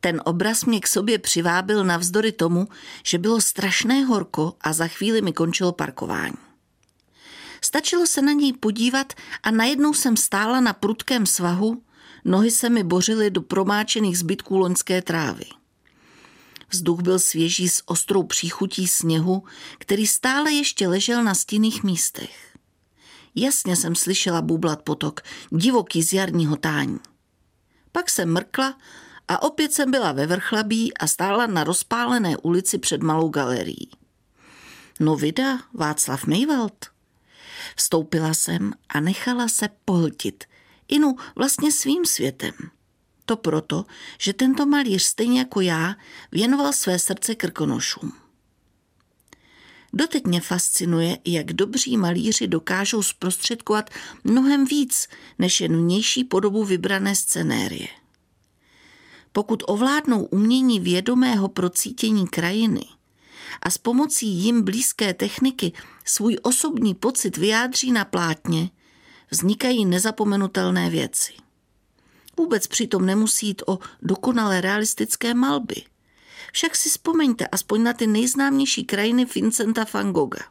Ten obraz mě k sobě přivábil navzdory tomu, že bylo strašné horko a za chvíli mi končilo parkování. Stačilo se na něj podívat a najednou jsem stála na prudkém svahu, nohy se mi bořily do promáčených zbytků loňské trávy. Vzduch byl svěží s ostrou příchutí sněhu, který stále ještě ležel na stinných místech. Jasně jsem slyšela bublat potok, divoký z jarního tání. Pak jsem mrkla a opět jsem byla ve Vrchlabí a stála na rozpálené ulici před malou galerií. No vida, Václav Mejvald. Vstoupila jsem a nechala se pohltit, inu vlastně svým světem. To proto, že tento malíř stejně jako já věnoval své srdce Krkonošům. Doteď mě fascinuje, jak dobří malíři dokážou zprostředkovat mnohem víc, než jen vnější podobu vybrané scenérie. Pokud ovládnou umění vědomého procítění krajiny a s pomocí jim blízké techniky svůj osobní pocit vyjádří na plátně, vznikají nezapomenutelné věci. Vůbec přitom nemusí jít o dokonale realistické malby. Však si vzpomeňte aspoň na ty nejznámější krajiny Vincenta van Gogha.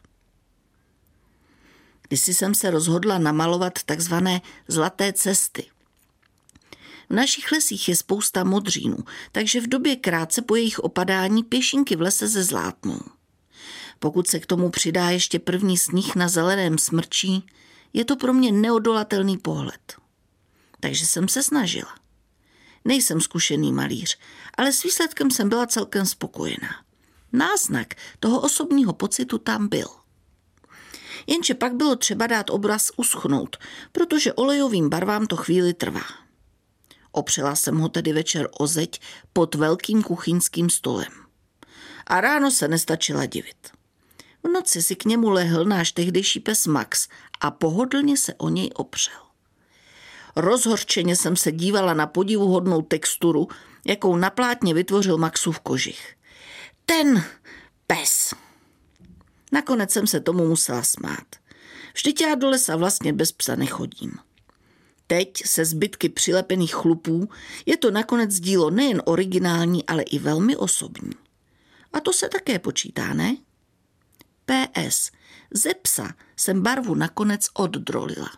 Kdysi jsem se rozhodla namalovat takzvané zlaté cesty. V našich lesích je spousta modřínů, takže v době krátce po jejich opadání pěšinky v lese zezlátnou. Pokud se k tomu přidá ještě první sníh na zeleném smrčí, je to pro mě neodolatelný pohled. Takže jsem se snažila. Nejsem zkušený malíř, ale s výsledkem jsem byla celkem spokojená. Náznak toho osobního pocitu tam byl. Jenže pak bylo třeba dát obraz uschnout, protože olejovým barvám to chvíli trvá. Opřela jsem ho tedy večer o zeď pod velkým kuchyňským stolem. A ráno se nestačila divit. V noci si k němu lehl náš tehdejší pes Max a pohodlně se o něj opřel. Rozhorčeně jsem se dívala na podivuhodnou texturu, jakou na plátně vytvořil Maxův kožich. Ten pes! Nakonec jsem se tomu musela smát. Vždyť já do lesa vlastně bez psa nechodím. Teď se zbytky přilepených chlupů je to nakonec dílo nejen originální, ale i velmi osobní. A to se také počítá, ne? PS. Ze psa jsem barvu nakonec oddrolila.